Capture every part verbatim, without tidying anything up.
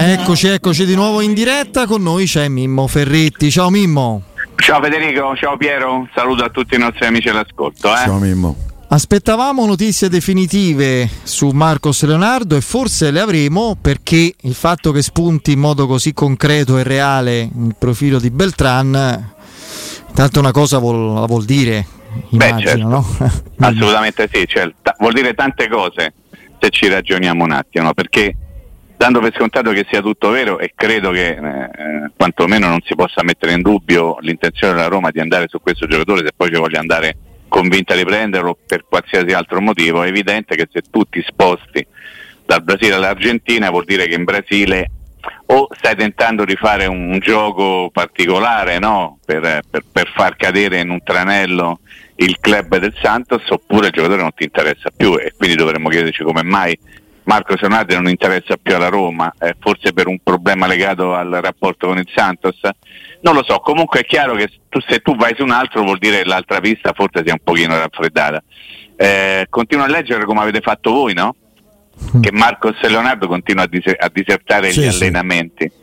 Eccoci, eccoci di nuovo in diretta, con noi c'è Mimmo Ferretti. Ciao Mimmo. Ciao Federico, ciao Piero, saluto a tutti i nostri amici all'ascolto. Eh? Ciao Mimmo. Aspettavamo notizie definitive su Marcos Leonardo e forse le avremo, perché il fatto che spunti in modo così concreto e reale il profilo di Beltran, tanto una cosa vuol, la vuol dire, immagino. Beh, certo. No? Assolutamente sì, cioè, t- vuol dire tante cose se ci ragioniamo un attimo, perché dando per scontato che sia tutto vero, e credo che eh, quantomeno non si possa mettere in dubbio l'intenzione della Roma di andare su questo giocatore, se poi ci voglia andare convinta di prenderlo per qualsiasi altro motivo, è evidente che se tu ti sposti dal Brasile all'Argentina vuol dire che in Brasile o stai tentando di fare un, un gioco particolare, no? per, per, per far cadere in un tranello il club del Santos, oppure il giocatore non ti interessa più, e quindi dovremmo chiederci come mai Marcos Leonardo non interessa più alla Roma, eh, forse per un problema legato al rapporto con il Santos, non lo so. Comunque è chiaro che tu, se tu vai su un altro vuol dire che l'altra pista forse sia un pochino raffreddata. Eh, continuo a leggere come avete fatto voi, no? Che Marcos Leonardo continua a, dis- a disertare sì, gli allenamenti.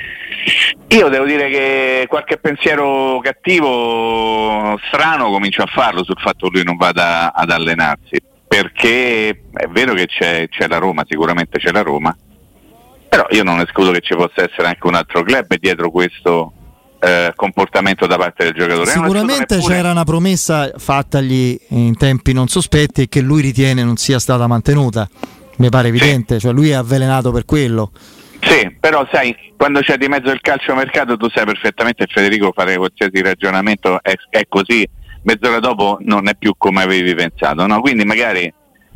Sì. Io devo dire che qualche pensiero cattivo, strano, comincio a farlo sul fatto che lui non vada ad allenarsi, perché è vero che c'è, c'è la Roma, sicuramente c'è la Roma, però io non escludo che ci possa essere anche un altro club dietro questo eh, comportamento da parte del giocatore. Sicuramente neppure... c'era una promessa fattagli in tempi non sospetti e che lui ritiene non sia stata mantenuta, mi pare evidente, sì. Cioè lui è avvelenato per quello. Sì, però sai, quando c'è di mezzo il calciomercato tu sai perfettamente, Federico, fare qualsiasi ragionamento è, è così, mezz'ora dopo non è più come avevi pensato, no? Quindi magari,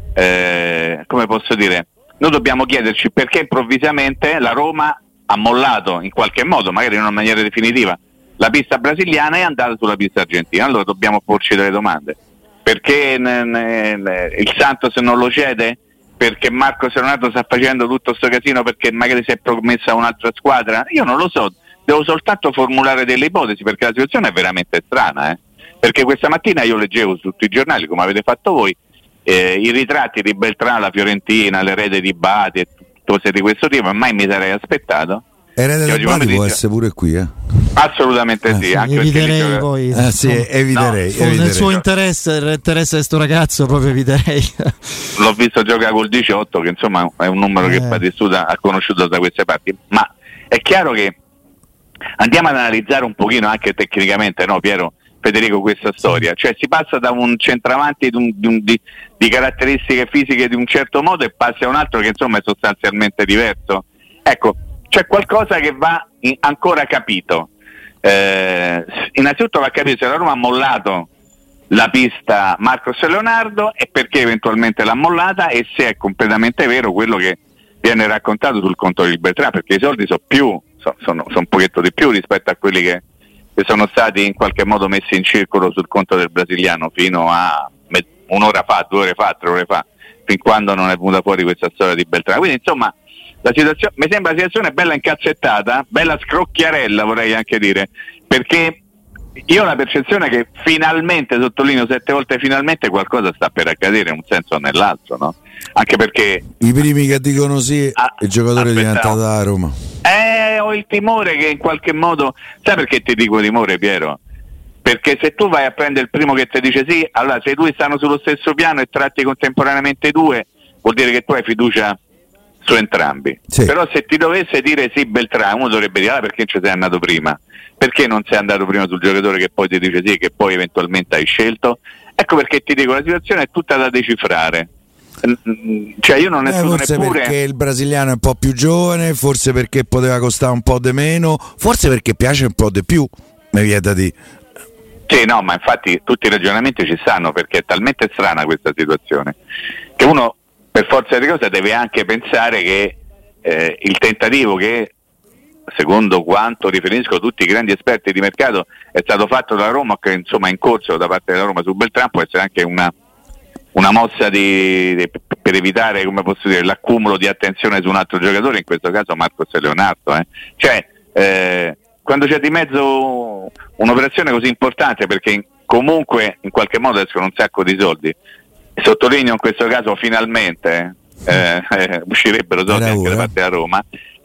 eh, come posso dire, noi dobbiamo chiederci perché improvvisamente la Roma ha mollato in qualche modo, magari in una maniera definitiva, la pista brasiliana e è andata sulla pista argentina. Allora dobbiamo porci delle domande. Perché n- n- il Santos non lo cede? Perché Marcos Leonardo sta facendo tutto sto casino perché magari si è promessa un'altra squadra? Io non lo so, devo soltanto formulare delle ipotesi, perché la situazione è veramente strana, eh? Perché questa mattina io leggevo su tutti i giornali, come avete fatto voi, eh, i ritratti di Beltrán, la Fiorentina, le rete di Bati e cose di questo tipo, e mai mi sarei aspettato. Erede di Bati può essere pure qui, eh? Assolutamente ah, sì, sì. Anche eviterei perché poi ah, sì, eviterei, no, eviterei. Nel suo interesse, l'interesse di sto ragazzo, proprio eviterei. L'ho visto giocare col diciotto, che insomma è un numero eh. che Batistuta ha conosciuto da queste parti, ma è chiaro che andiamo ad analizzare un pochino anche tecnicamente, no Piero, Federico, questa storia, cioè si passa da un centravanti di, un, di, un, di, di caratteristiche fisiche di un certo modo e passi a un altro che insomma è sostanzialmente diverso. Ecco, c'è qualcosa che va in, ancora capito. Eh, innanzitutto va capito se la Roma ha mollato la pista Marcos Leonardo e perché eventualmente l'ha mollata, e se è completamente vero quello che viene raccontato sul conto di Beltrán, perché i soldi sono più, sono, sono, sono un pochetto di più rispetto a quelli che che sono stati in qualche modo messi in circolo sul conto del brasiliano fino a me- un'ora fa, due ore fa, tre ore fa, fin quando non è venuta fuori questa storia di Beltrán. Quindi insomma la situazione mi sembra una situazione bella incazzettata, bella scrocchiarella, vorrei anche dire, perché io ho la percezione che finalmente, sottolineo sette volte finalmente, qualcosa sta per accadere in un senso o nell'altro, no? Anche perché i primi che dicono sì, ah, il giocatore è diventato da Roma. Eh, ho il timore che in qualche modo, sai perché ti dico timore, Piero? Perché se tu vai a prendere il primo che ti dice sì, allora se i due stanno sullo stesso piano e tratti contemporaneamente due, vuol dire che tu hai fiducia su entrambi. Sì. Però se ti dovesse dire sì Beltrán, uno dovrebbe dire ah, perché ci sei andato prima? Perché non sei andato prima sul giocatore che poi ti dice sì e che poi eventualmente hai scelto? Ecco perché ti dico, la situazione è tutta da decifrare. Cioè io non ne eh, forse neppure perché il brasiliano è un po' più giovane, forse perché poteva costare un po' di meno, forse perché piace un po' di più, mi vieta di sì, no, ma infatti tutti i ragionamenti ci stanno, perché è talmente strana questa situazione che uno per forza di cose deve anche pensare che eh, il tentativo che, secondo quanto riferiscono tutti i grandi esperti di mercato, è stato fatto da Roma, che insomma è in corso da parte della Roma su Beltrán, può essere anche una una mossa di, di, per evitare, come posso dire, l'accumulo di attenzione su un altro giocatore, in questo caso Marcos Leonardo. Eh. Cioè, eh, quando c'è di mezzo un'operazione così importante, perché in, comunque in qualche modo escono un sacco di soldi, sottolineo in questo caso finalmente eh, eh, uscirebbero soldi anche da parte della Roma,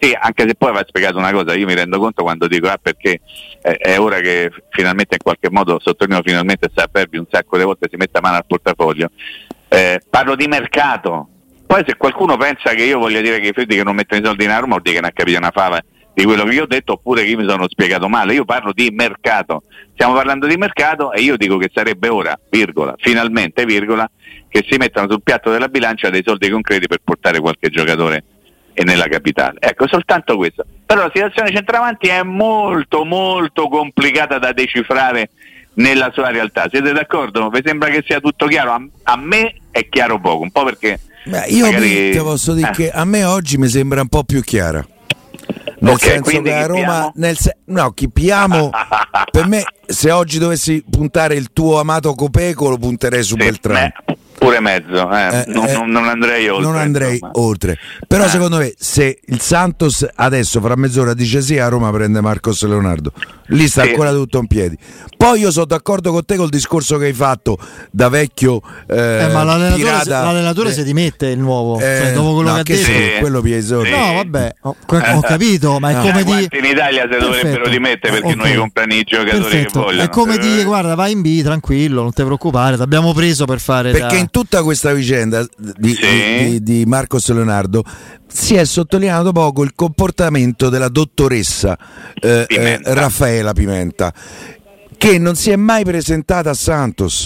Sì, anche se poi va spiegato una cosa, io mi rendo conto quando dico ah perché eh, è ora che finalmente in qualche modo, sottolineo finalmente, Saperbi un sacco di volte si metta mano al portafoglio, eh, parlo di mercato. Poi se qualcuno pensa che io voglia dire che i Fritti che non mettono i soldi in Roma vuol dire che non ha capito una fava di quello che io ho detto, oppure che io mi sono spiegato male. Io parlo di mercato, stiamo parlando di mercato e io dico che sarebbe ora, virgola, finalmente, virgola, che si mettano sul piatto della bilancia dei soldi concreti per portare qualche giocatore e nella capitale. Ecco, soltanto questo. Però la situazione centravanti è molto molto complicata da decifrare nella sua realtà. Siete d'accordo? Vi sembra che sia tutto chiaro? A, a me è chiaro poco, un po' perché beh, io magari... ti posso dire eh. che a me oggi mi sembra un po' più chiara. Nel Okay, senso che a Roma nel se- no, Chippiamo per me, se oggi dovessi puntare il tuo amato Copeco lo punterei su sì, Beltrán. me, pure mezzo, eh. Eh, non, eh, non, non andrei oltre. Non andrei insomma. oltre. Però eh. secondo me se il Santos adesso fra mezz'ora dice sì, a Roma prende Marcos Leonardo, lì sta sì. ancora tutto in piedi. Poi io sono d'accordo con te col discorso che hai fatto da vecchio eh, Eh, ma l'allenatore, pirata, se, l'allenatore eh, si dimette il nuovo, eh, cioè, dopo quello no, che ha detto. sì, Sì. quello Piesoni. Sì. No, vabbè, ho, ho capito, ma è No. come Eh, di quanti in Italia si dovrebbero dimettere perché Ok. non gli comprano i giocatori Perfetto. che vogliono. È come Eh. dire, guarda, vai in B, tranquillo, non ti preoccupare, ti abbiamo preso per fare Perché da... in tutta questa vicenda di, Sì. di, di, di Marcos Leonardo si è sottolineato poco il comportamento della dottoressa eh, eh, Pimenta. Raffaela Pimenta, che non si è mai presentata a Santos,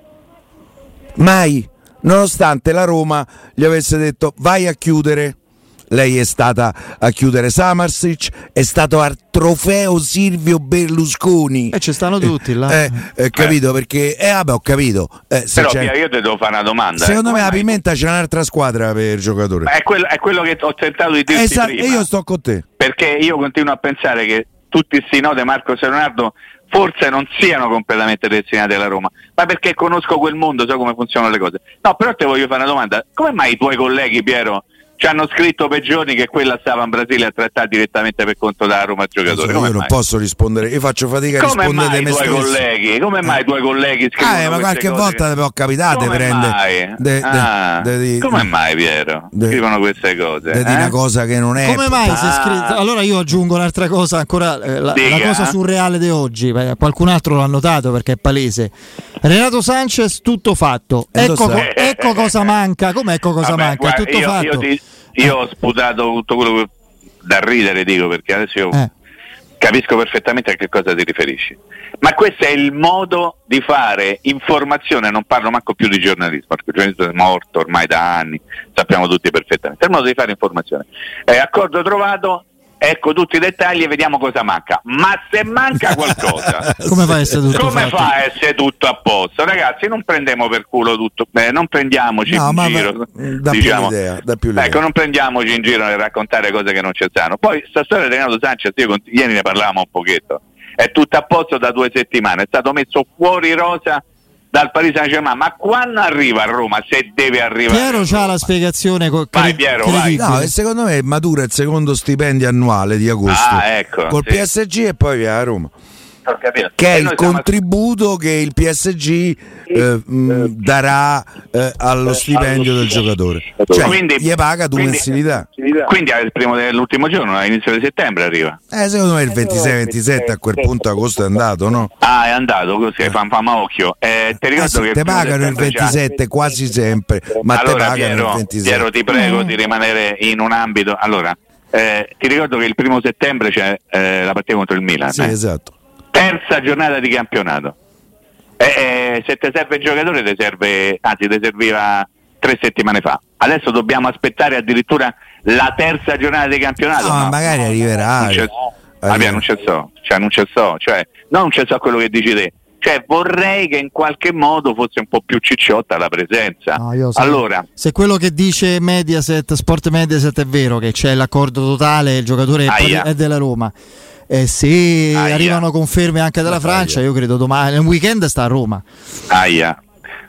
mai, nonostante la Roma gli avesse detto vai a chiudere. Lei è stata a chiudere Samarsic, è stato al trofeo Silvio Berlusconi. E ci stanno tutti là. Eh, eh, capito, perché eh vabbè, ho capito. Eh, se Però c'è- Pia, io ti devo fare una domanda. secondo eh. me Come la mai- Pimenta c'è un'altra squadra per il giocatore. È quello, è quello che ho tentato di dirti Esatto, prima. e io sto con te. Perché io continuo a pensare che tutti questi no di Marco Leonardo forse non siano completamente destinati alla Roma, ma perché conosco quel mondo, so come funzionano le cose. No, però te voglio fare una domanda. Come mai i tuoi colleghi, Piero, ci hanno scritto per giorni che quella stava in Brasile a trattare direttamente per conto della Roma giocatore? Io Come non mai? posso rispondere, io faccio fatica a Come rispondere mai dei i miei tuoi stessi. colleghi? Come mai i tuoi colleghi scrivono Ah, eh, ma queste qualche cose volta che- te può capitare, Come prende. mai? de- de- Ah, de- di- come mai, Piero? de- Scrivono queste cose? de- di eh? una cosa che non è. Come mai si è Ah. scritto? Allora io aggiungo un'altra cosa ancora, eh, la, Dica. la cosa surreale di oggi, eh, qualcun altro l'ha notato perché è palese. Renato Sanchez, tutto fatto. Eh, lo Ecco, so. co- ecco cosa manca. Come ecco cosa Vabbè, manca? guarda, è tutto io, fatto. Io, ti- io ho sputato tutto quello che da ridere, dico, perché adesso io Eh. capisco perfettamente a che cosa ti riferisci. Ma questo è il modo di fare informazione, non parlo manco più di giornalismo, perché il giornalismo è morto ormai da anni, sappiamo tutti perfettamente. È il modo di fare informazione. Eh, accordo trovato, ecco tutti i dettagli e vediamo cosa manca. Ma se manca qualcosa, Come fa a essere tutto come fatto? fa a essere tutto a posto? Ragazzi, non prendiamo per culo tutto, eh, non prendiamoci No, in ma giro. dà diciamo. più l'idea, dà più l'idea. Ecco, non prendiamoci in giro nel raccontare cose che non ci stanno. Poi sta storia di Renato Sanchez, io con- ieri ne parlavamo un pochetto, è tutto a posto da due settimane, è stato messo fuori rosa dal Paris Saint-Germain, ma quando arriva a Roma, se deve arrivare Piero a c'ha Roma? la spiegazione co- Vai, cre- Piero, vai. credibile. No, e secondo me matura il secondo stipendio annuale di agosto Ah, ecco, col sì. P S G e poi via a Roma. Ho capito. Che è E il noi siamo- contributo che il P S G eh, mh, darà eh, allo stipendio del giocatore. Cioè, Quindi- gli paga due quindi- mensilità. Quindi al primo dell'ultimo giorno, all'inizio di settembre arriva. Eh, secondo me il ventisei ventisette a quel punto agosto è andato, no? Ah, è andato così, fa, fa ma occhio. Eh, ti Eh ricordo sì, che il te primo pagano il settembre già- ventisette quasi sempre, ma te allora, pagano Piero, il ventisette. Piero, ti prego di rimanere in un ambito. Allora, eh, ti ricordo che il primo settembre c'è eh, la partita contro il Milan. Sì, eh. esatto. Terza giornata di campionato. Eh, eh, se ti serve il giocatore, ti serve, anzi, ti serviva tre settimane fa. Adesso dobbiamo aspettare addirittura la terza giornata di campionato. No, ma magari arriverà. Non c'è, arriverà. ah, via, non c'è so, cioè non c'è so, cioè non c'è so quello che dici te. Cioè vorrei che in qualche modo fosse un po' più cicciotta la presenza. No, io so- allora, se quello che dice Mediaset, Sport Mediaset è vero che c'è l'accordo totale, il giocatore è, Aia. è della Roma. Eh, se Aia. arrivano conferme anche dalla Francia, io credo domani, nel weekend sta a Roma. aia.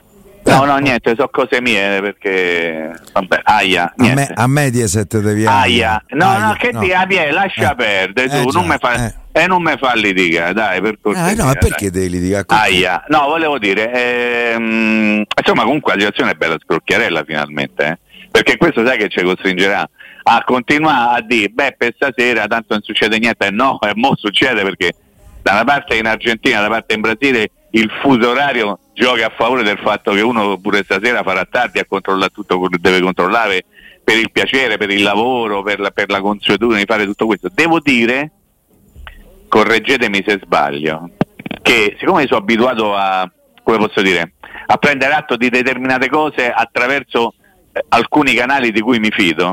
No, no, niente, so cose mie perché vabbè, aia, A, niente. me, a Mediaset devi Aia. No, Aia, no, che no. ti Abie, lascia Eh, perdere eh, tu, già, non mi fa eh. e non mi fa litigare, dai, per cortesia. Ah, no, ma perché dai. devi litigare? Aia. No, volevo dire, ehm, insomma, comunque la situazione è bella scrocchiarella finalmente, eh? Perché questo sai che ci costringerà a continuare a dire beh per stasera tanto non succede niente, no, e mo succede perché da una parte in Argentina, da una parte in Brasile il fuso orario gioca a favore del fatto che uno pure stasera farà tardi a controllare tutto quello che deve controllare per il piacere, per il lavoro, per la, per la consuetudine di fare tutto questo. Devo dire, correggetemi se sbaglio, che siccome sono abituato a, come posso dire, a prendere atto di determinate cose attraverso eh, alcuni canali di cui mi fido,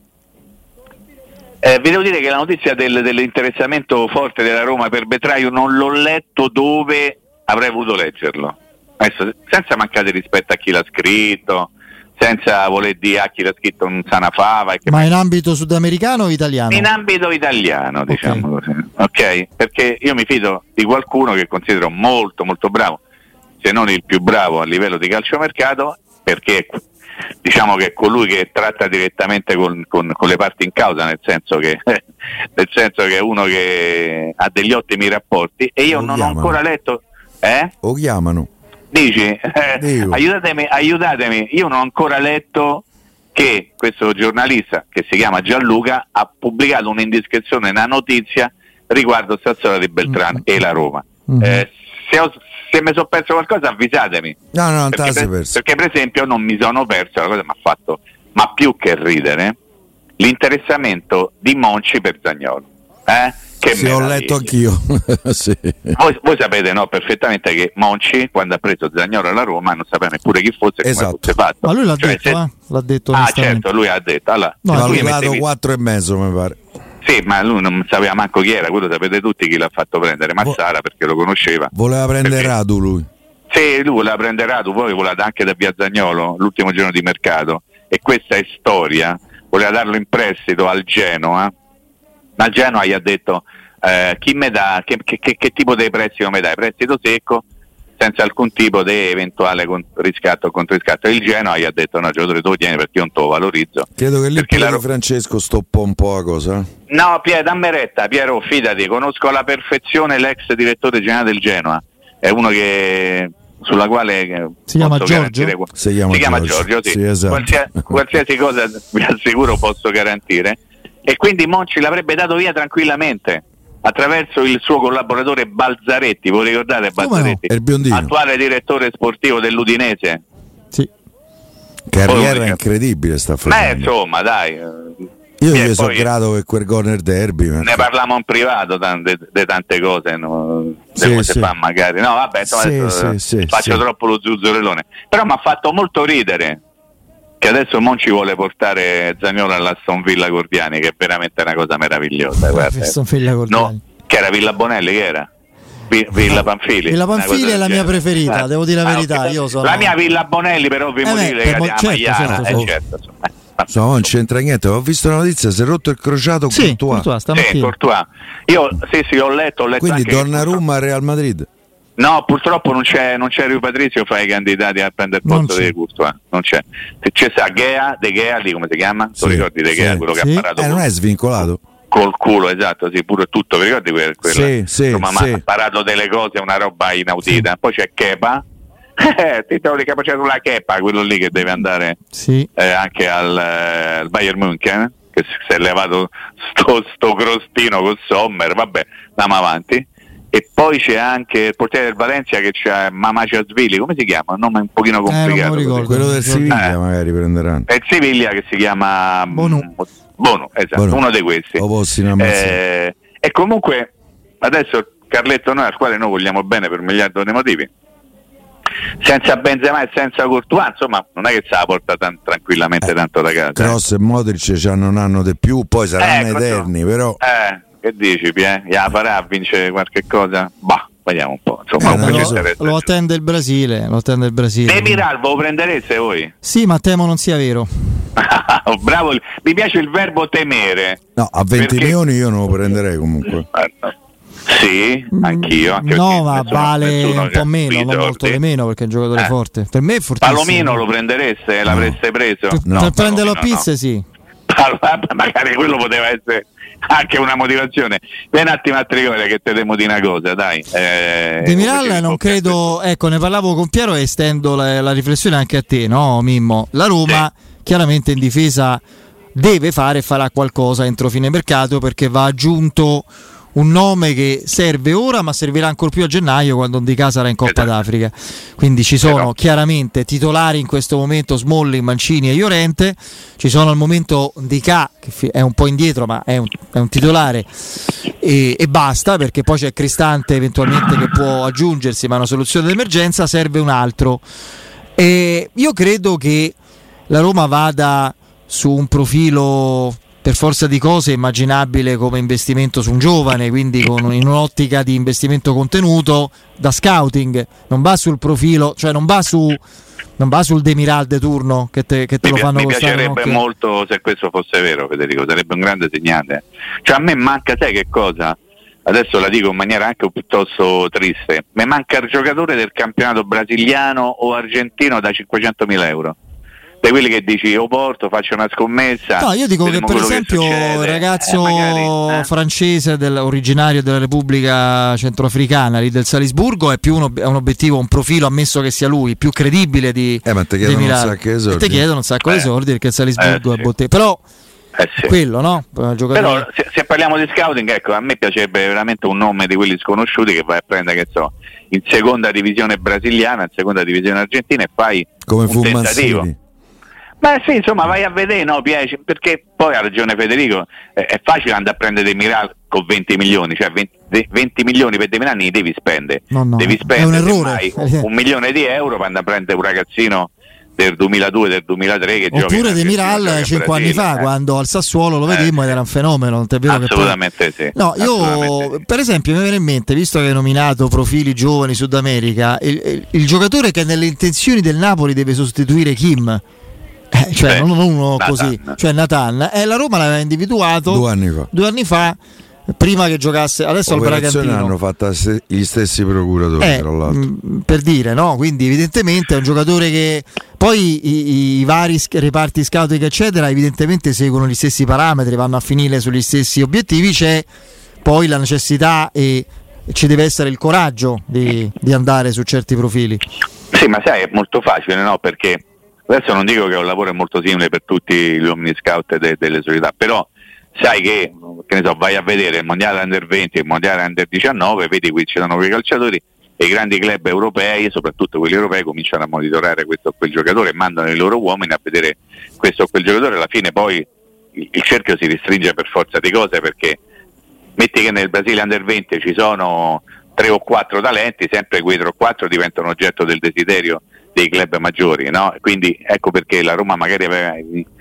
eh, vi devo dire che la notizia del, dell'interessamento forte della Roma per Betraio non l'ho letto dove avrei voluto leggerlo. Adesso, senza mancare rispetto a chi l'ha scritto, senza voler dire a chi l'ha scritto un sanafava. Ma in ambito sudamericano o italiano? In ambito italiano, diciamo okay. così. Ok? Perché io mi fido di qualcuno che considero molto molto bravo, se non il più bravo a livello di calciomercato, perché diciamo che è colui che tratta direttamente con, con, con le parti in causa, nel senso che nel senso che è uno che ha degli ottimi rapporti, e io Lo non chiamano. ho ancora letto. Eh? Lo chiamano. Dici? Eh, aiutatemi, aiutatemi, io non ho ancora letto che questo giornalista, che si chiama Gianluca, ha pubblicato un'indiscrezione, una notizia riguardo sta storia di Beltrán mm. e la Roma. Mm. Eh, se, ho, se mi sono perso qualcosa avvisatemi. No, no, non perché, te per, perché per esempio non mi sono perso, la cosa mi ha fatto, ma più che ridere, l'interessamento di Monchi per Zaniolo. Eh? Che sì, ho letto anch'io. Sì. voi, voi sapete no, perfettamente che Monchi, quando ha preso Zaniolo alla Roma, non sapeva neppure chi fosse e esatto. come fosse fatto. Ma lui l'ha cioè, detto, se... eh? L'ha detto ah certo, lui ha detto allora, no, ha valutato quattro e mezzo mi pare. Sì, ma lui non sapeva manco chi era, quello sapete tutti chi l'ha fatto prendere, Massara, perché lo conosceva. Voleva prendere perché... Radu lui. Sì, lui voleva prendere Radu, poi voleva anche da via Zaniolo l'ultimo giorno di mercato, e questa è storia, voleva darlo in prestito al Genoa, ma il Genoa gli ha detto eh, chi me dà, che, che, che, che tipo di prestito mi dai? Prestito secco, senza alcun tipo di eventuale riscatto o controriscatto. Il Genoa gli ha detto no, giocatore tu tieni perché io non te lo valorizzo. Credo che lì Piero la... Francesco stoppò un po' la cosa. No, Piero, dammi retta, Piero, fidati, conosco alla perfezione l'ex direttore generale del Genoa, è uno che sulla quale si chiama Giorgio. Si chiama, si chiama Giorgio, Giorgio sì. Sì, esatto. Qualsiasi, qualsiasi cosa vi assicuro posso garantire, e quindi Monchi l'avrebbe dato via tranquillamente attraverso il suo collaboratore Balzaretti, voi ricordate Balzaretti? No, attuale direttore sportivo dell'Udinese. Sì. Carriera poi, incredibile sta facendo. Beh, insomma, dai. Io gli sono grato per quel gol nel derby. Ne ma... parliamo in privato di tante cose, no? Sì, come sì. si fa magari. No, vabbè, insomma, sì, adesso, sì, sì, faccio sì. troppo lo zuzzurellone. Però mi ha fatto molto ridere che adesso Monchi vuole portare Zaniolo all'Aston Villa Gordiani, che è veramente una cosa meravigliosa. Aston Villa Gordiani. No, che era Villa Bonelli, che era? Villa Panfili. Villa Panfili è la mia preferita, eh. devo dire la verità. Ah, okay. Io sono... La mia Villa Bonelli, però vi eh dire che è Magliana, eh, certo, insomma. No, non c'entra niente, ho visto la notizia, si è rotto il crociato sì, Courtois. Courtois, sì, Courtois. Io sì, sì, ho letto, ho letto quindi anche Donnarumma al Real Madrid. No, purtroppo non c'è, non c'è Rui Patrizio fra i candidati a prendere il posto di Courtois, non c'è. C'è sta Gea, De Gea, lì come si chiama? Sì, tu ricordi De Gea, sì, quello sì. che ha parato? Eh, non è svincolato. Col culo, esatto, sì, pure tutto, vi ricordi quel, quella? Sì, sì, insomma, sì. ma ha parato delle cose, una roba inaudita. Sì. Poi c'è Kepa. Eh, titolo di capacità sulla Kepa, quello lì che deve andare sì. eh, anche al, eh, al Bayern München, che si è levato sto, sto crostino con Sommer, vabbè, andiamo avanti. E poi c'è anche il portiere del Valencia che c'è Mamaciasvili, come si chiama? Un nome un pochino complicato. Eh, quello del Siviglia eh. magari prenderanno. È il Siviglia che si chiama Bono, Bono esatto, Bono. uno di questi. Eh, e comunque adesso Carletto noi, al quale noi vogliamo bene per un miliardo di motivi, senza Benzema e senza Courtois, insomma, non è che se la porta tan- tranquillamente eh, tanto da casa. Kroos eh. e Modric c'hanno un anno di più, poi saranno ecco, eterni, no. però. Eh, che dici, Pie? Ya farà a vincere qualche cosa? Bah, vediamo un po'. Insomma, eh, lo, so. lo attende il Brasile, lo attende il Brasile. De Miralvo lo prendereste voi? Sì, ma temo non sia vero. Bravo, mi piace il verbo temere. No, a venti perché... milioni io non lo prenderei comunque. Sì, anch'io. Anche no, ma nessuno, vale nessuno un po' meno, non molto di meno, perché è un giocatore eh. forte. Per me è fortissimo. Palomino lo prendereste? No. L'avreste preso? Per, no, per prenderlo a pizze, no. sì. Magari quello poteva essere anche una motivazione. Vieni un attimo a Trigone che te devo dire una cosa, dai. Eh, De Miral non credo, ecco, ne parlavo con Piero e estendo la, la riflessione anche a te, no Mimmo? La Roma sì. chiaramente in difesa deve fare e farà qualcosa entro fine mercato, perché va aggiunto un nome che serve ora, ma servirà ancora più a gennaio quando Ndicà sarà in Coppa d'Africa. Quindi ci sono Però. chiaramente titolari in questo momento Smalling, Mancini e Llorente, ci sono al momento Ndicà che è un po' indietro ma è un, è un titolare e, e basta, perché poi c'è Cristante eventualmente che può aggiungersi, ma è una soluzione d'emergenza, serve un altro. E io credo che la Roma vada su un profilo per forza di cose immaginabile come investimento su un giovane, quindi con, in un'ottica di investimento contenuto da scouting, non va sul profilo, cioè non va su non va sul Demiral de turno che te, che te mi, lo fanno mi costare. Mi piacerebbe molto se questo fosse vero, Federico, sarebbe un grande segnale. Cioè a me manca, sai che cosa? Adesso la dico in maniera anche piuttosto triste, mi manca il giocatore del campionato brasiliano o argentino da cinquecentomila euro. Di quelli che dici o porto, faccio una scommessa. No, io dico che per esempio che il ragazzo eh, magari, eh. francese del, originario della Repubblica Centroafricana lì del Salisburgo è più un, ob- un obiettivo, un profilo, ammesso che sia lui, più credibile di eh, ma te chiedono un sacco di esordi. Te chiedono un sacco di eh. esordi perché il Salisburgo eh, è botte. Però eh, sì. quello, no? Però se, se parliamo di scouting, ecco, a me piacerebbe veramente un nome di quelli sconosciuti che vai a prendere, che so, in seconda divisione brasiliana, in seconda divisione argentina e fai come un tentativo. Mancini. Beh sì, insomma, vai a vedere, no, piace, perché poi ha ragione Federico, eh, è facile andare a prendere dei Miral con venti milioni, cioè venti, venti milioni per dei Miral li devi spendere, no, no, devi spendere un, un, un milione di euro per andare a prendere un ragazzino del duemiladue, del duemilatré che gioca oppure De Miral cinque anni fa, eh. quando al Sassuolo lo vedemmo eh. ed era un fenomeno, non è vero? Assolutamente che poi... sì. No, io Assolutamente sì. Per esempio mi viene in mente, visto che hai nominato profili giovani Sud America, il, il, il giocatore che nelle intenzioni del Napoli deve sostituire Kim, eh, cioè Beh, non uno Nathan. così, cioè Nathan, eh, la Roma l'aveva individuato due anni fa, due anni fa prima che giocasse, adesso al Bragantino hanno fatto gli stessi procuratori, eh, tra l'altro. Mh, per dire, no? Quindi evidentemente è un giocatore che poi i, i vari reparti scouting eccetera evidentemente seguono gli stessi parametri, vanno a finire sugli stessi obiettivi, c'è poi la necessità e ci deve essere il coraggio di, di andare su certi profili. Sì, ma sai, è molto facile, no? Perché adesso non dico che un lavoro è molto simile per tutti gli uomini scout de- delle società, però sai che, che ne so, vai a vedere il mondiale under venti e il mondiale under diciannove, vedi qui ci sono quei calciatori e i grandi club europei, soprattutto quelli europei, cominciano a monitorare questo o quel giocatore e mandano i loro uomini a vedere questo o quel giocatore. Alla fine poi il, il cerchio si restringe per forza di cose, perché metti che nel Brasile under venti ci sono tre o quattro talenti, sempre quei tre o quattro diventano oggetto del desiderio dei club maggiori, no? Quindi ecco perché la Roma magari aveva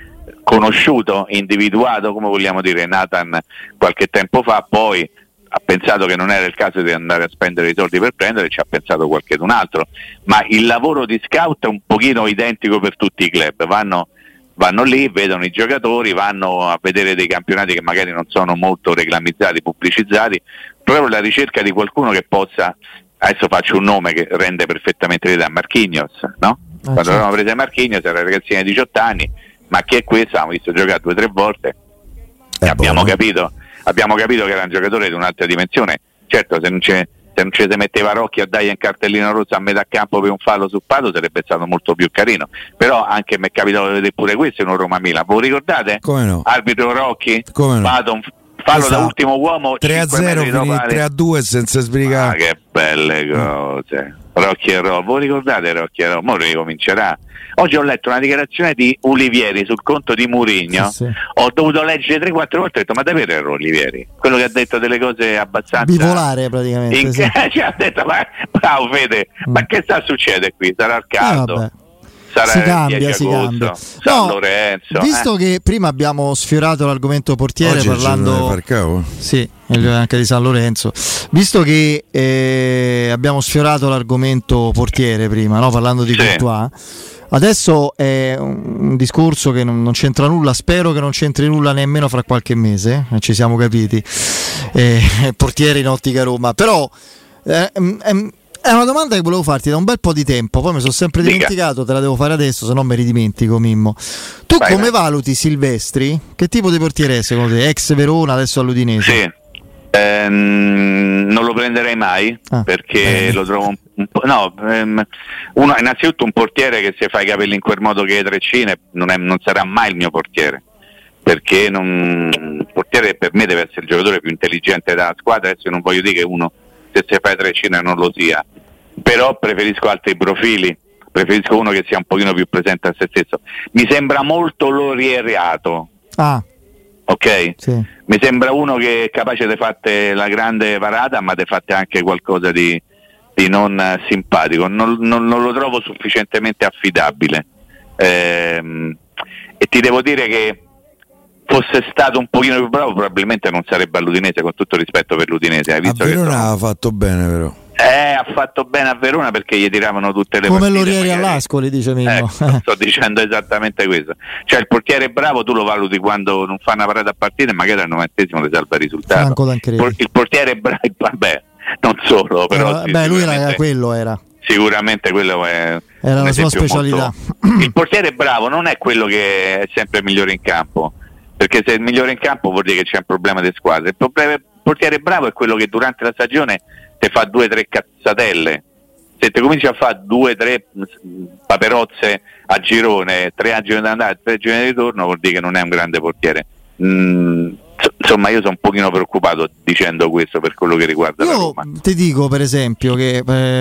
conosciuto, individuato, come vogliamo dire, Nathan qualche tempo fa, poi ha pensato che non era il caso di andare a spendere i soldi per prendere, ci ha pensato qualcun altro, ma il lavoro di scout è un pochino identico per tutti i club, vanno, vanno lì, vedono i giocatori, vanno a vedere dei campionati che magari non sono molto reclamizzati, pubblicizzati, proprio la ricerca di qualcuno che possa, adesso faccio un nome che rende perfettamente l'idea, Marquinhos, no? Ah, quando avevamo certo. preso Marquinhos era un ragazzino di diciotto anni, ma chi è questo? Abbiamo visto giocare due o tre volte e abbiamo capito, abbiamo capito che era un giocatore di un'altra dimensione. Certo, se non c'è, se non ci si metteva Rocchi a dare in cartellino rossa a metà campo per un fallo su Pato sarebbe stato molto più carino, però anche mi è capitato di vedere pure questo in un Roma Milan, voi ricordate? Come no? Arbitro Rocchi, come no? Pato, fallo esatto. da ultimo uomo, tre a zero, tre a due senza sbrigare. Ah, che belle cose. Rocchi e Ro, voi ricordate Rocchi e Ro? Mo ricomincerà. Oggi ho letto una dichiarazione di Olivieri sul conto di Mourinho, sì, sì. Ho dovuto leggere tre quattro volte e ho detto ma davvero era Olivieri? Quello che ha detto delle cose abbastanza bipolare praticamente in... sì. Ci ha detto ma bravo Fede, mm. ma che sta succedendo qui? Sarà il caldo? Eh, Sarà si cambia, si cambia. San no, Lorenzo, visto eh. che prima abbiamo sfiorato l'argomento portiere oggi parlando sì, anche di San Lorenzo, visto che eh, abbiamo sfiorato l'argomento portiere prima, no? Parlando di sì. Courtois, adesso è un discorso che non, non c'entra nulla, spero che non c'entri nulla nemmeno fra qualche mese, eh, ci siamo capiti, eh, portiere in ottica Roma, però eh, eh, è una domanda che volevo farti da un bel po' di tempo, poi mi sono sempre dimenticato, Dica. Te la devo fare adesso, se no me li dimentico, Mimmo. Tu vai, come vai. valuti Silvestri? Che tipo di portiere è secondo te? Ex Verona, adesso all'Udinese? Sì, ehm, non lo prenderei mai, ah, perché eh. lo trovo un, un po'... No, ehm, uno, innanzitutto un portiere che se fa i capelli in quel modo che è treccine non, è, non sarà mai il mio portiere. perché non, il portiere per me deve essere il giocatore più intelligente della squadra. Adesso non voglio dire che uno, se si fa treccina, non lo sia, però preferisco altri profili, preferisco uno che sia un pochino più presente a se stesso. Mi sembra molto lorieriato, ah, ok? sì. Mi sembra uno che è capace di fare la grande parata, ma di fare anche qualcosa di, di non simpatico. Non, non, non lo trovo sufficientemente affidabile, ehm, e ti devo dire che fosse stato un pochino più bravo probabilmente non sarebbe all'Udinese, con tutto rispetto per l'Udinese. Hai visto a Verona che ha fatto bene però. Eh, ha fatto bene a Verona perché gli tiravano tutte le come partite. Lorieri magari. all'Ascoli, dice Mimmo. Ecco, sto dicendo esattamente questo. Cioè il portiere bravo tu lo valuti quando non fa una parata a partita e magari al novantesimo ti salva il risultato. Franco Tancredi. Il portiere bravo, vabbè, non solo, però Eh, sì, beh, lui era, sicuramente, quello era. sicuramente quello è Era un la sua esempio specialità. molto- Il portiere bravo non è quello che è sempre il migliore in campo, perché se è il migliore in campo vuol dire che c'è un problema di squadra. Il problema- il portiere bravo è quello che durante la stagione te fa due o tre cazzatelle. Se te cominci a fare due o tre paperozze a girone, tre a girone d'andata, tre a girone di ritorno, vuol dire che non è un grande portiere. Mm, insomma, io sono un pochino preoccupato dicendo questo per quello che riguarda Io la Roma. ti dico per esempio che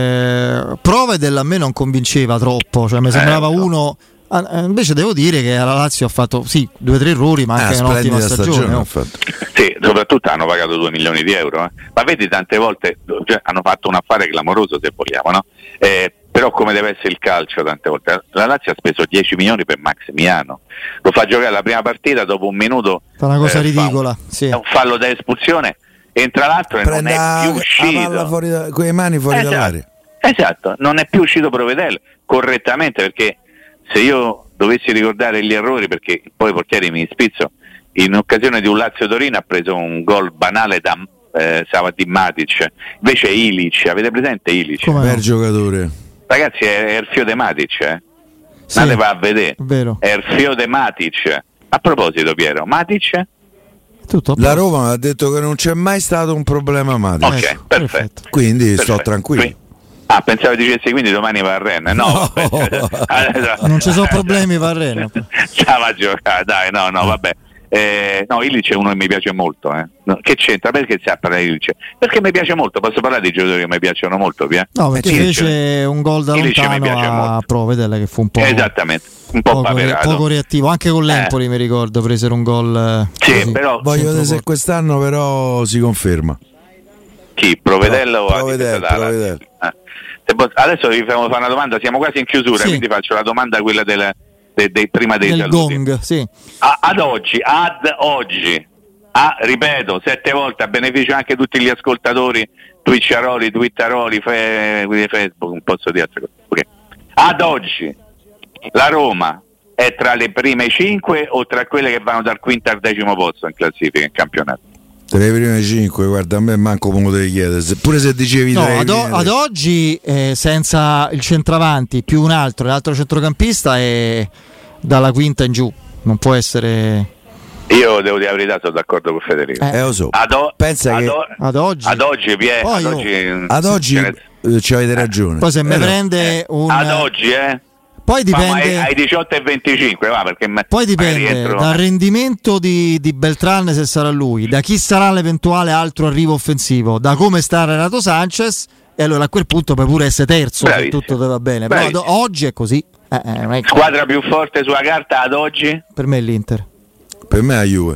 eh, Provedel a me non convinceva troppo, cioè mi sembrava Eh, no. uno. Ah, invece devo dire che alla Lazio ha fatto sì due o tre errori, ma anche Ah, un'ottima splendida stagione. stagione oh. ha fatto. Sì, soprattutto hanno pagato due milioni di euro, eh. Ma vedi tante volte, cioè, hanno fatto un affare clamoroso se vogliamo, no? Eh, però come deve essere il calcio tante volte, la Lazio ha speso dieci milioni per Maximiano, lo fa giocare la prima partita, dopo un minuto Fa una cosa eh, ridicola, fa un, sì. è un fallo da espulsione, entra l'altro e Prende non è più la uscito palla fuori da, con le mani fuori Esatto. dall'area. Esatto, non è più uscito Provedel correttamente, perché se io dovessi ricordare gli errori, perché poi i portieri mi spizzo, in occasione di un Lazio-Torino ha preso un gol banale da eh, di Matic, invece Ilic, avete presente Ilic? Come Per no? giocatore. Ragazzi, è, è il fio de Matic, eh? Sì, Andate va a vedere, vero. è il fio de Matic. A proposito Piero, Matic? Tutto a La posto. Roma ha detto che non c'è mai stato un problema Matic. Ok, Ecco, perfetto. perfetto. Quindi Perfetto. sto tranquillo. Qui- Ah, pensavo dicessi quindi domani va a Rennes. No, No. vabbè. Non ci sono problemi, va a Rennes. Stava a giocare, dai, no, no, vabbè. Eh, no, Ilic è uno che mi piace molto. Eh. No, che c'entra? Perché si parla di Ilic? Perché mi piace molto, posso parlare di giocatori che mi piacciono molto, via? No, perché Ilic- fece un gol da Ilic mi lontano piace a molto. Provedel che fu un po', Esattamente, un po' poco, paperato. poco reattivo. Anche con l'Empoli mi ricordo presero un gol. eh, Sì, così. però Voglio vedere se Centro- quest'anno però si conferma. chi? Provedel o Provedel, Aguilera? Provedel. Eh. Se posso- Adesso vi facciamo fare una domanda, siamo quasi in chiusura, Sì. quindi faccio la domanda quella del, de- dei prima dei Del saluti. gong, sì. A- ad oggi, ad oggi, a, ripeto, sette volte a beneficio anche di tutti gli ascoltatori, twitcheroli, twitteroli, fe, quelli di Facebook, non posso dire altre cose. Ok. Ad oggi la Roma è tra le prime cinque o tra quelle che vanno dal quinto al decimo posto in classifica in campionato? Tra le prime cinque, guarda, a me manco come devi chiedere. Se- Pure se dicevi No, tra le ad, o- prime- ad oggi eh, senza il centravanti più un altro, l'altro centrocampista è dalla quinta in giù, non può essere Io devo dire la verità, sono d'accordo con Federico. Eh. Eh, lo so. Ad, o- Pensa ad che o- ad oggi. ad oggi, Pie- Poi ad io- oggi, ad oggi ce ne- eh, ci avete ragione. Poi se mi Eh, no. prende un ad oggi, eh? poi Ma- ma dipende ai, ai diciotto e venticinque, va, perché me- poi magari dipende entro- dal rendimento di, di Beltran, se sarà lui, da chi sarà l'eventuale altro arrivo offensivo, da come sta Renato Sanchez, e allora a quel punto puoi pure essere terzo se Bravissimo. tutto te va bene. Però ad- Bravissimo. oggi è così. Eh, eh, non è che- Squadra più forte sulla carta ad oggi? per me è l'Inter. Per me è la Juve.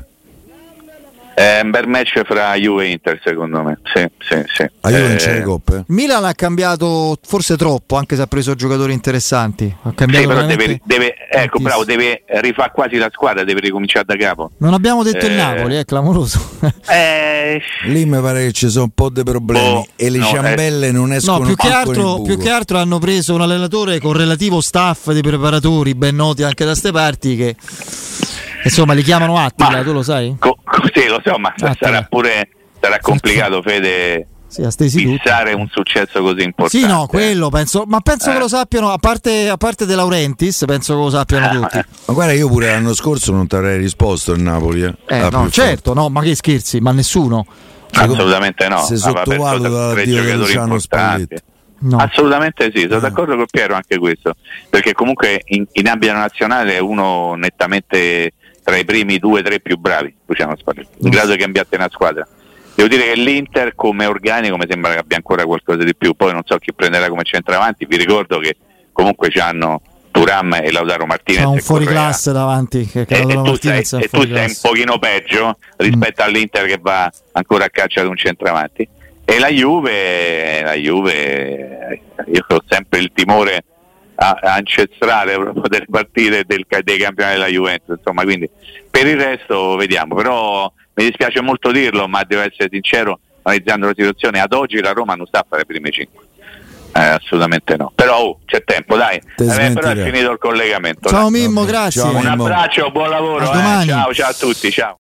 È un bel match fra Juve e Inter, secondo me. Sì, sì, sì. La Juve non Eh, c'è le coppe. Milan ha cambiato forse troppo, anche se ha preso giocatori interessanti. Ha Sì, cambiato però veramente deve, deve ecco, tantissimo. bravo, deve rifare quasi la squadra, deve ricominciare da capo. Non abbiamo detto il Eh. Napoli, è clamoroso. Eh, Lì mi pare che ci sono un po' dei problemi Boh, e le no, ciambelle non escono No, più che, manco nel altro, buco. più che altro hanno preso un allenatore con relativo staff di preparatori ben noti anche da ste parti che insomma li chiamano Attila, Ma- tu lo sai? co- co- sì, lo so, ma Attila. sarà pure sarà complicato, Fede, Sì, a stesi tutti. fissare un successo così importante. Sì, no, quello penso, ma penso Eh. che lo sappiano, a parte, a parte De Laurentiis, penso che lo sappiano tutti. Ma guarda, io pure l'anno scorso non ti avrei risposto il Napoli. Eh, Eh, Ah, no, più certo, no, ma che scherzi, ma nessuno. Assolutamente no. Se Ah, vabbè, sottovaluta sono tre l'addio di giocatori Luciano importanti. Spalletti. No. Assolutamente sì, sono Ah. d'accordo con Piero anche questo, perché comunque in, in ambito nazionale è uno nettamente tra i primi due o tre più bravi, Luciano Spalletti, in grado di cambiare una squadra. Devo dire che l'Inter come organico mi sembra che abbia ancora qualcosa di più, poi non so chi prenderà come centravanti, vi ricordo che comunque c'hanno Thuram e Lautaro Martinez. C'è un fuoriclasse davanti che e, e tu, sei, e tu sei un pochino peggio rispetto mm. all'Inter che va ancora a caccia di un centravanti. E la Juve, la Juve io ho sempre il timore ancestrale delle partite del, dei campionati della Juventus, insomma, quindi per il resto vediamo, però mi dispiace molto dirlo, ma devo essere sincero, analizzando la situazione ad oggi la Roma non sta a fare i primi cinque, eh, assolutamente no, però oh, c'è tempo, dai, eh, però è finito il collegamento. Ciao dai. Mimmo, grazie. Ciao, un Mimmo. abbraccio, buon lavoro, eh. ciao ciao a tutti, ciao.